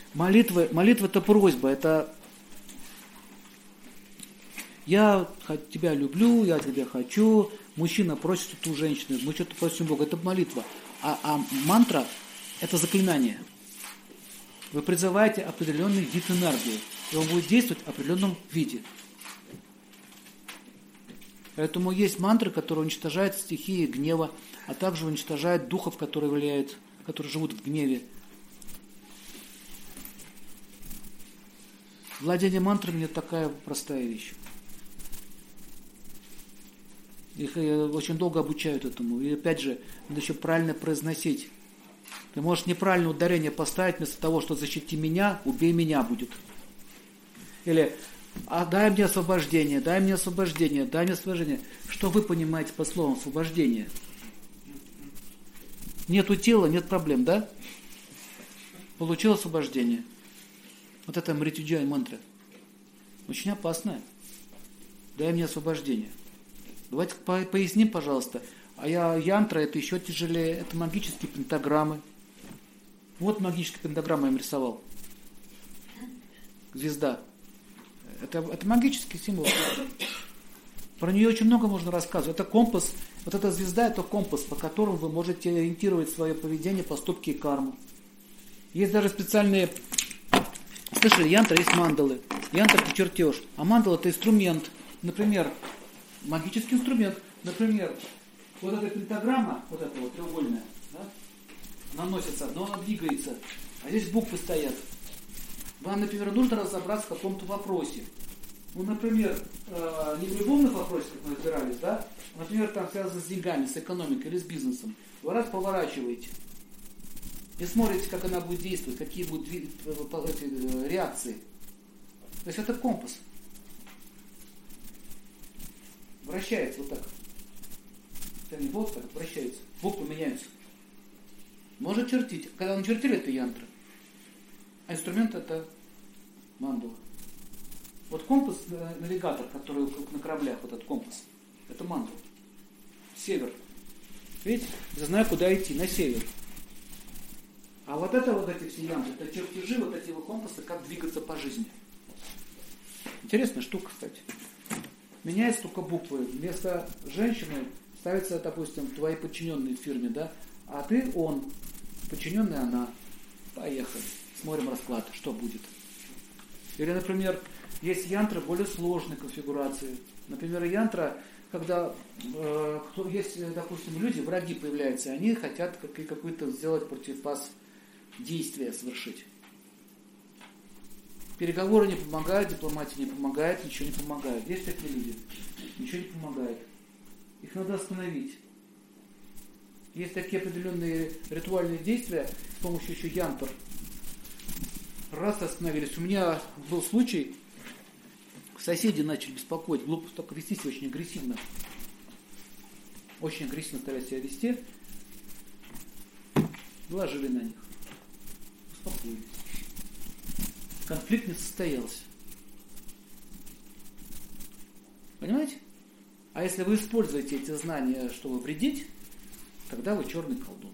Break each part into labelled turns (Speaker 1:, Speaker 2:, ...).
Speaker 1: Молитва это просьба, это я тебя люблю, я тебя хочу, мужчина просит у женщины, мы что-то просим Бога, это молитва. А мантра это заклинание. Вы призываете определенный вид энергии, и он будет действовать в определенном виде. Поэтому есть мантры, которые уничтожают стихии гнева, а также уничтожают духов, которые живут в гневе. Владение мантрами – это такая простая вещь. Их очень долго обучают этому. И опять же, надо еще правильно произносить. Ты можешь неправильное ударение поставить, вместо того, что защити меня, убей меня будет. Или дай мне освобождение, дай мне освобождение, дай мне освобождение. Что вы понимаете под словом освобождение? Нету тела, нет проблем, да? Получил освобождение. Вот это мритюджай мантра. Очень опасная. Дай мне освобождение. Давайте поясним, пожалуйста. Янтра это еще тяжелее. Это магические пентаграммы. Вот магическая пентаграмма я им рисовал. Звезда. Это магический символ. Про нее очень много можно рассказывать. Это компас. Вот эта звезда это компас, по которому вы можете ориентировать свое поведение, поступки и карму. Есть даже специальные... Слышали, янтра есть мандалы. Янтра это чертеж. А мандала это инструмент. Например, магический инструмент. Например, вот эта пентаграмма, вот эта вот треугольная, да, наносится, но она двигается. А здесь буквы стоят. Вам, например, нужно разобраться в каком-то вопросе. Ну, например, не в любовных вопросах, как мы разбирались, да? Например, там связано с деньгами, с экономикой или с бизнесом. Вы раз поворачиваете и смотрите, как она будет действовать, какие будут реакции. То есть это компас. Вращается вот так. Это не вот так, вращается. Буквы меняются. Может чертить. Когда он чертили, это янтра. А инструмент это мандала. Вот компас, навигатор, который на кораблях, вот этот компас, это мандала. Север. Видите? Я знаю, куда идти, на север. А вот это вот эти все янтры, это чертежи, вот эти вот компасы, как двигаться по жизни. Интересная штука, кстати. Меняются только буквы. Вместо женщины ставится, допустим, твои подчиненные в фирме, да? А ты он, подчиненная она. Поехали. Смотрим расклад, что будет. Или, например, есть янтры более сложной конфигурации. Например, янтра, когда есть, допустим, люди, враги появляются, они хотят какое-то сделать против вас действие совершить. Переговоры не помогают, дипломатия не помогает, ничего не помогает. Есть такие люди, ничего не помогает. Их надо остановить. Есть такие определенные ритуальные действия с помощью еще янтр. Раз остановились. У меня был случай, соседи начали беспокоить, глупо только вести себя очень агрессивно. Очень агрессивно стали себя вести. Вложили на них. Успокоились. Конфликт не состоялся. Понимаете? А если вы используете эти знания, чтобы вредить, тогда вы черный колдун.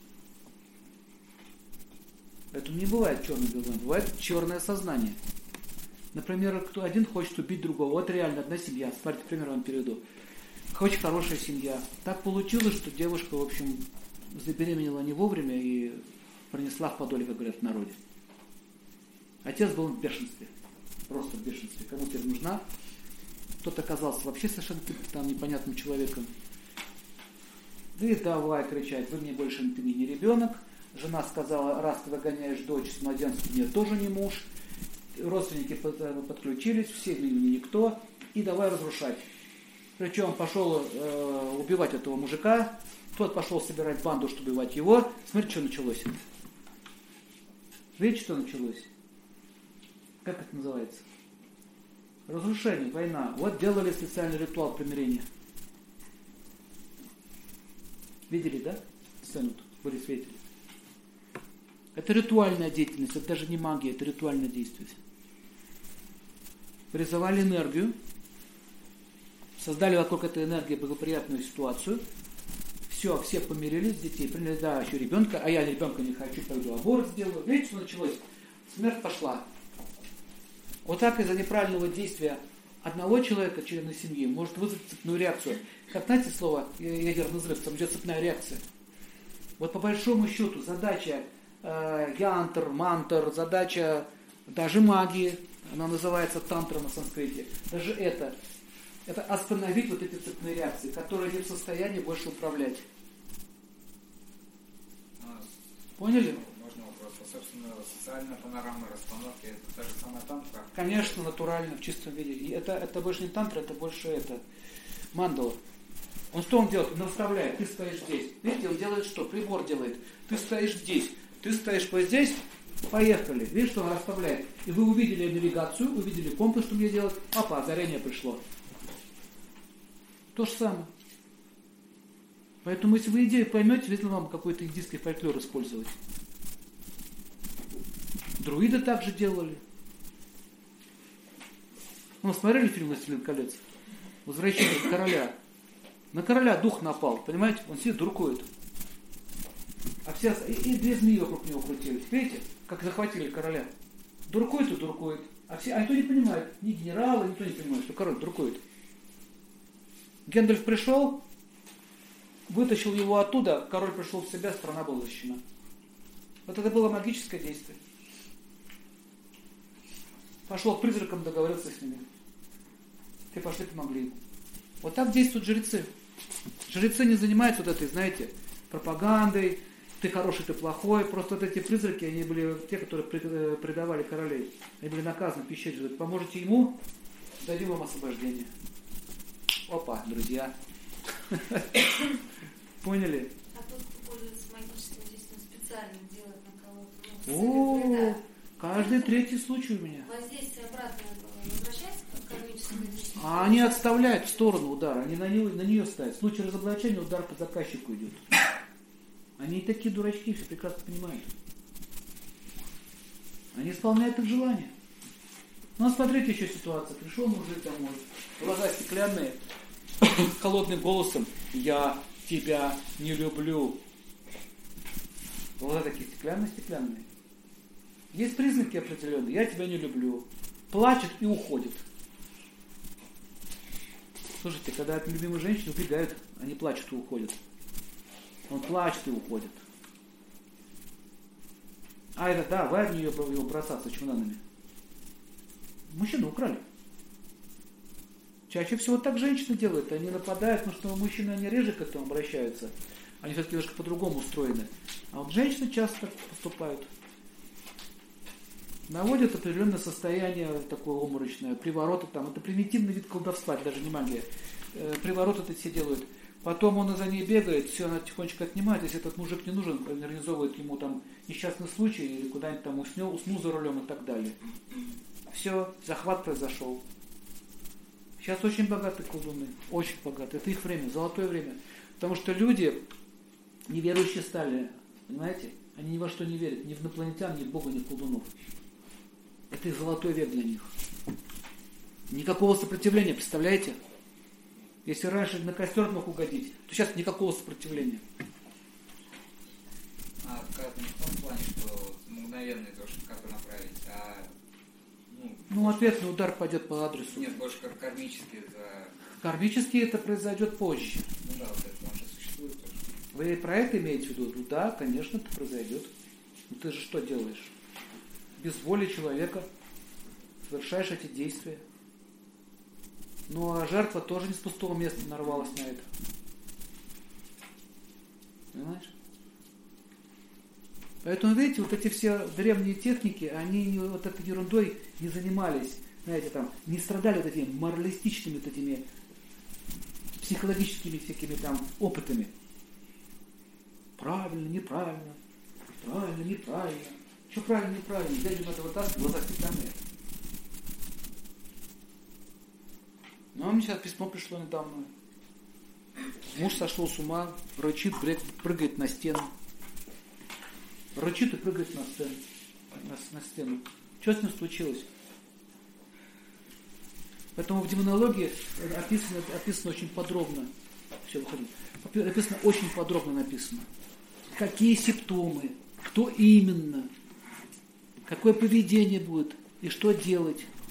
Speaker 1: Поэтому не бывает черный колдун, бывает черное сознание. Например, один хочет убить другого. Вот реально одна семья. Смотрите, пример вам приведу. Очень хорошая семья. Так получилось, что девушка, в общем, забеременела не вовремя и пронесла в подоле, как говорят в народе. Отец был в бешенстве. Просто в бешенстве. Кому теперь нужна? Кто-то оказался вообще совершенно там непонятным человеком. Да и давай кричать, вы мне больше ты мне не ребенок. Жена сказала, раз ты выгоняешь дочь с младенцем, мне тоже не муж. Родственники подключились, все мне никто. И давай разрушать. Причем пошел убивать этого мужика. Тот пошел собирать банду, чтобы убивать его. Смотрите, что началось. Видите, что началось? Как это называется? Разрушение, война. Вот делали специальный ритуал примирения. Видели, да? Сцену были свидетели. Это ритуальная деятельность, это даже не магия, это ритуальное действие. Призывали энергию, создали вокруг этой энергии благоприятную ситуацию. Все помирились, детей приняли, да, еще ребенка, а я ребенка не хочу, пойду аборт сделаю. Видите, что началось? Смерть пошла. Вот так из-за неправильного действия одного человека, члена семьи, может вызвать цепную реакцию. Как знаете слово ядерный взрыв, там идет цепная реакция. Вот по большому счету задача янтр, мантр, задача даже магии, она называется тантра на санскрите, даже это остановить вот эти цепные реакции, которые не в состоянии больше управлять. Поняли?
Speaker 2: Можно вопрос. Собственно, социальная панорама расстановки, это та же самая тантра?
Speaker 1: Конечно, натурально, в чистом виде. И это больше не тантра, это больше мандала. Что он делает? Он наставляет, ты стоишь здесь. Видите, он делает что? Прибор делает. Ты стоишь здесь, ты стоишь вот здесь, поехали. Видишь, что он расставляет. И вы увидели навигацию, увидели компас, что мне делать. Опа, озарение пришло. То же самое. Поэтому, если вы идею поймете, видно вам какой-то индийский фольклор использовать. Друиды также делали. Ну, смотрели фильм «Властелин колец»? Возвращение короля. На короля дух напал, понимаете? Он сидит, дуркует. И две змеи вокруг него крутились. Видите, как захватили короля? Дуркует и дуркует. А никто не понимает. Ни генералы, никто не понимает, что король дуркует. Гэндальф пришел, вытащил его оттуда, король пришел в себя, страна была защищена. Вот это было магическое действие. Пошел к призракам, договорился с ними. Те пошли, помогли ему. Вот так действуют жрецы. Жрецы не занимаются вот этой, знаете, пропагандой, ты хороший, ты плохой. Просто вот эти призраки, они были те, которые предавали королей. Они были наказаны пещере. Поможете ему, дадим вам освобождение. Опа, друзья. Поняли?
Speaker 3: А тот, кто пользуется магическим действием, специально делает на кого-то.
Speaker 1: Каждый третий случай у меня.
Speaker 3: Воздействие обратно возвращается к кармическому действию.
Speaker 1: А они отставляют в сторону удар, они на нее ставят. В случае разоблачения удар по заказчику идет. Они такие дурачки, все прекрасно понимают. Они исполняют их желания. Ну, смотрите еще ситуация. Пришел мужик домой, глаза стеклянные, холодным голосом: «Я тебя не люблю». Глаза такие стеклянные. Есть признаки определенные. «Я тебя не люблю». Плачет и уходит. Слушайте, когда от любимой женщины убегают, они плачут и уходят. Он плачет и уходит. А это, да, вы в нее его бросаться чемоданами. Мужчину украли. Чаще всего так женщины делают. Они нападают, потому что мужчины, они реже к этому обращаются. Они все-таки немножко по-другому устроены. А вот женщины часто так поступают. Наводят определенное состояние такое обморочное, привороты там. Это примитивный вид колдовства, это даже не магия. Привороты это все делают. Потом он за ней бегает, все, она тихонечко отнимает. Если этот мужик не нужен, организовывает ему там несчастный случай, или куда-нибудь там уснул за рулем и так далее. Все, захват произошел. Сейчас очень богатые колдуны, очень богатые. Это их время, золотое время. Потому что люди неверующие стали, понимаете? Они ни во что не верят, ни в инопланетян, ни в Бога, ни в колдунов. Это их золотой век для них. Никакого сопротивления, представляете? Если раньше на костер мог угодить, то сейчас никакого сопротивления.
Speaker 2: А как не в том плане, что мгновенный то, что как направить, а
Speaker 1: ответный удар пойдет по адресу.
Speaker 2: Нет, больше как кармически за...
Speaker 1: Кармически это произойдет позже.
Speaker 2: Ну да, вот это уже существует тоже.
Speaker 1: Вы про это имеете в виду? Ну да, конечно, это произойдет. Но ты же что делаешь? Без воли человека совершаешь эти действия. Но жертва тоже не с пустого места нарвалась на это. Понимаешь? Поэтому, видите, вот эти все древние техники, они вот этой ерундой не занимались, знаете, там, не страдали вот этими моралистичными, вот этими психологическими всякими там опытами. Правильно, неправильно, правильно, неправильно. Что правильно, неправильно? Дядя надо вытаскивать, глаза стеклянные. Ну, мне сейчас письмо пришло недавно. Муж сошел с ума, рычит, прыгает на стену. Рычит и прыгает на стену. Что с ним случилось? Поэтому в демонологии описано очень подробно. Все, выходим. Написано очень подробно написано. Какие симптомы, кто именно, какое поведение будет и что делать.